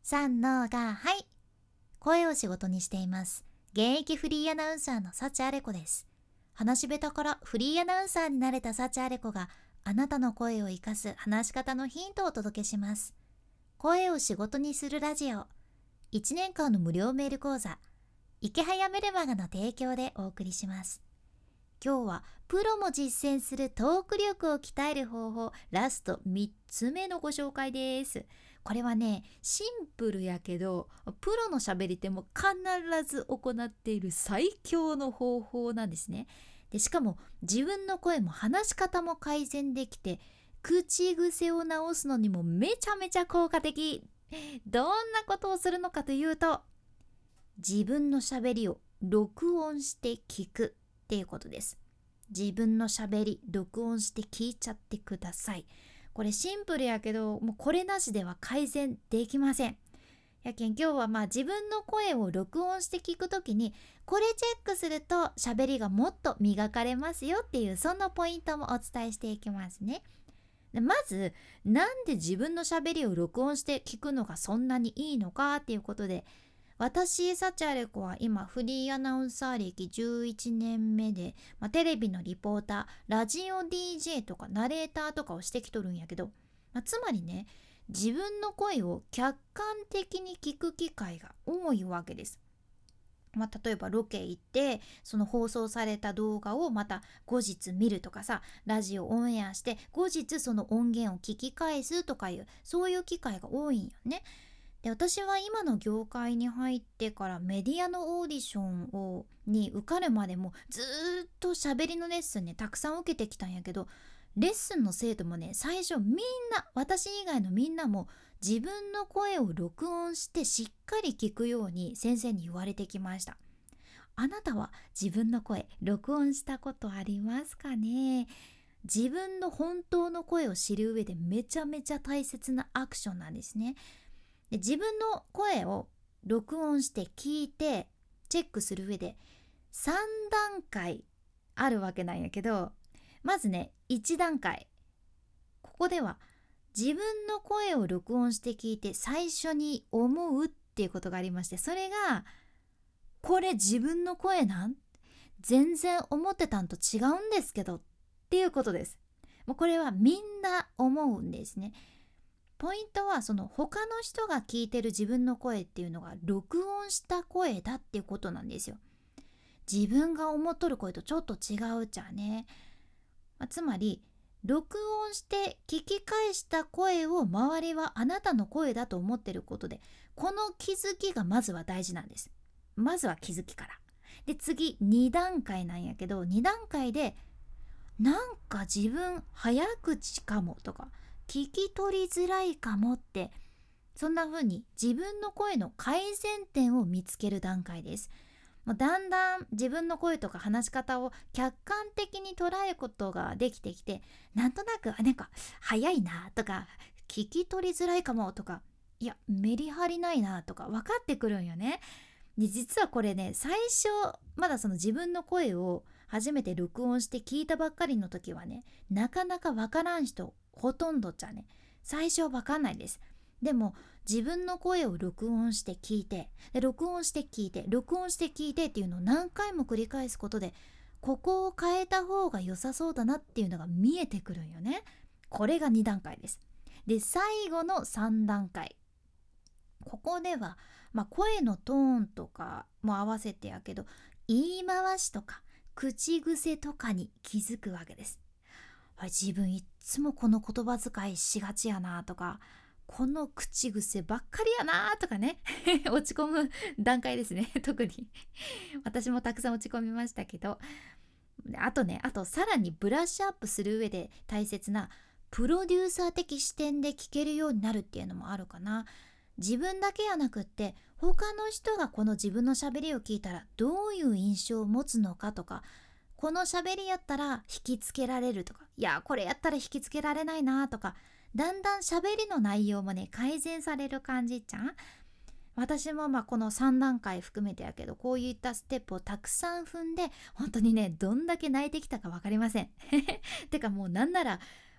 三のがはい。声を仕事にしています。現役フリーアナウンサーの幸あれ子です。話し下手からフリーアナウンサーになれた幸あれ子があなたの声を生かす話し方のヒントをお届けします。声を仕事にするラジオ。1年間の無料メール講座。池早メルマガの提供でお送りします。今日はプロも実践するトーク力を鍛える方法ラスト3つ目のご紹介です。これはね、シンプルやけどプロのしゃべり手も必ず行っている最強の方法なんですね。でしかも自分の声も話し方も改善できて、口癖を直すのにもめちゃめちゃ効果的。どんなことをするのかというと、自分のしゃべりを録音して聞くっていうことです。自分のしゃべり録音して聞いちゃってください。これシンプルやけど、もうこれなしでは改善できません。やけん今日は自分の声を録音して聞くときにこれチェックするとしゃべりがもっと磨かれますよっていう、そんなポイントもお伝えしていきますね。でまず、なんで自分のしゃべりを録音して聞くのがそんなにいいのかっていうことで、私幸あれ子は今フリーアナウンサー歴11年目で、テレビのリポーター、ラジオ DJ とかナレーターとかをしてきとるんやけど、つまりね、自分の声を客観的に聞く機会が多いわけです。例えばロケ行ってその放送された動画をまた後日見るとかさ、ラジオオンエアして後日その音源を聞き返すとかいう、そういう機会が多いんよね。で、私は今の業界に入ってからメディアのオーディションに受かるまでもずーっと喋りのレッスンね、たくさん受けてきたんやけど、レッスンの生徒もね、最初みんな、私以外のみんなも自分の声を録音してしっかり聞くように先生に言われてきました。あなたは自分の声録音したことありますかね？自分の本当の声を知る上でめちゃめちゃ大切なアクションなんですね。で、自分の声を録音して聞いてチェックする上で3段階あるわけなんやけど、まずね、1段階、ここでは自分の声を録音して聞いて最初に思うっていうことがありまして、それがこれ自分の声全然思ってたんと違うんですけどっていうことです。もうこれはみんな思うんですね。ポイントはその他の人が聞いてる自分の声っていうのが録音した声だっていうことなんですよ。自分が思っとる声とちょっと違うじゃね。つまり録音して聞き返した声を周りはあなたの声だと思ってることで、この気づきがまずは大事なんです。まずは気づきから。で、次2段階なんやけど、2段階でなんか自分早口かもとか聞き取りづらいかもって、そんな風に自分の声の改善点を見つける段階です。もうだんだん自分の声とか話し方を客観的に捉えることができてきて、なんとなくなんか早いなとか聞き取りづらいかもとか、いやメリハリないなとか分かってくるんよね。で、実はこれね、最初まだその自分の声を初めて録音して聞いたばっかりの時はね、なかなかわからん人ほとんどじゃね、最初はわかんないです。でも自分の声を録音して聞いて、で録音して聞いて録音して聞いてっていうのを何回も繰り返すことで、ここを変えた方が良さそうだなっていうのが見えてくるんよね。これが2段階です。で、最後の3段階、ここでは、声のトーンとかも合わせてやけど、言い回しとか口癖とかに気づくわけです。自分いっつもこの言葉遣いしがちやなとか、この口癖ばっかりやなとかね落ち込む段階ですね特に私もたくさん落ち込みましたけど、あとさらにブラッシュアップする上で大切なプロデューサー的視点で聞けるようになるっていうのもあるかな。自分だけやなくって他の人がこの自分のしゃべりを聞いたらどういう印象を持つのかとか、このしゃべりやったら引きつけられるとか、いやこれやったら引きつけられないなとか、だんだんしゃべりの内容もね改善される感じじゃん。私もこの3段階含めてやけど、こういったステップをたくさん踏んで、本当にねどんだけ泣いてきたか分かりませんてかもうなんなら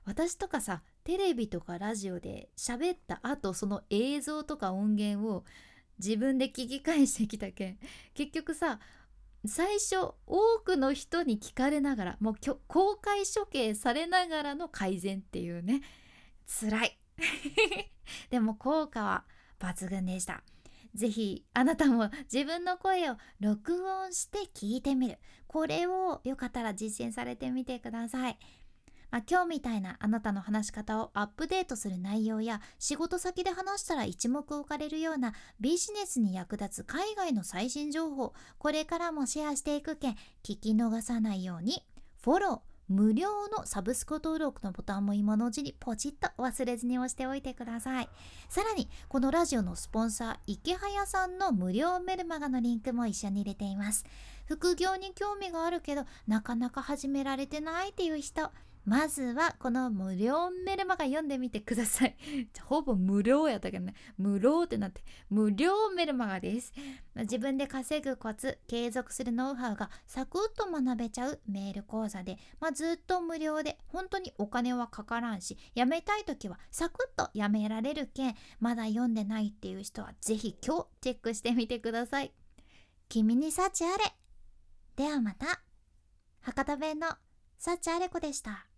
私とかさ、テレビとかラジオで喋った後、その映像とか音源を自分で聞き返してきたけん、結局さ、最初多くの人に聞かれながら、もう公開処刑されながらの改善っていうね、辛いでも効果は抜群でした。ぜひあなたも自分の声を録音して聞いてみる、これをよかったら実践されてみてください。今日みたいなあなたの話し方をアップデートする内容や、仕事先で話したら一目置かれるようなビジネスに役立つ海外の最新情報、これからもシェアしていくけん、聞き逃さないようにフォロー、無料のサブスク登録のボタンも今のうちにポチッと忘れずに押しておいてください。さらにこのラジオのスポンサー池早さんの無料メルマガのリンクも一緒に入れています。副業に興味があるけどなかなか始められてないっていう人、まずはこの無料メルマガ読んでみてくださいほぼ無料やったけどね、無料ってなって、無料メルマガです。自分で稼ぐコツ、継続するノウハウがサクッと学べちゃうメール講座で、ずっと無料で本当にお金はかからんし、やめたい時はサクッとやめられるけん、まだ読んでないっていう人はぜひ今日チェックしてみてください。君に幸あれ。ではまた。博多弁の幸あれ子でした。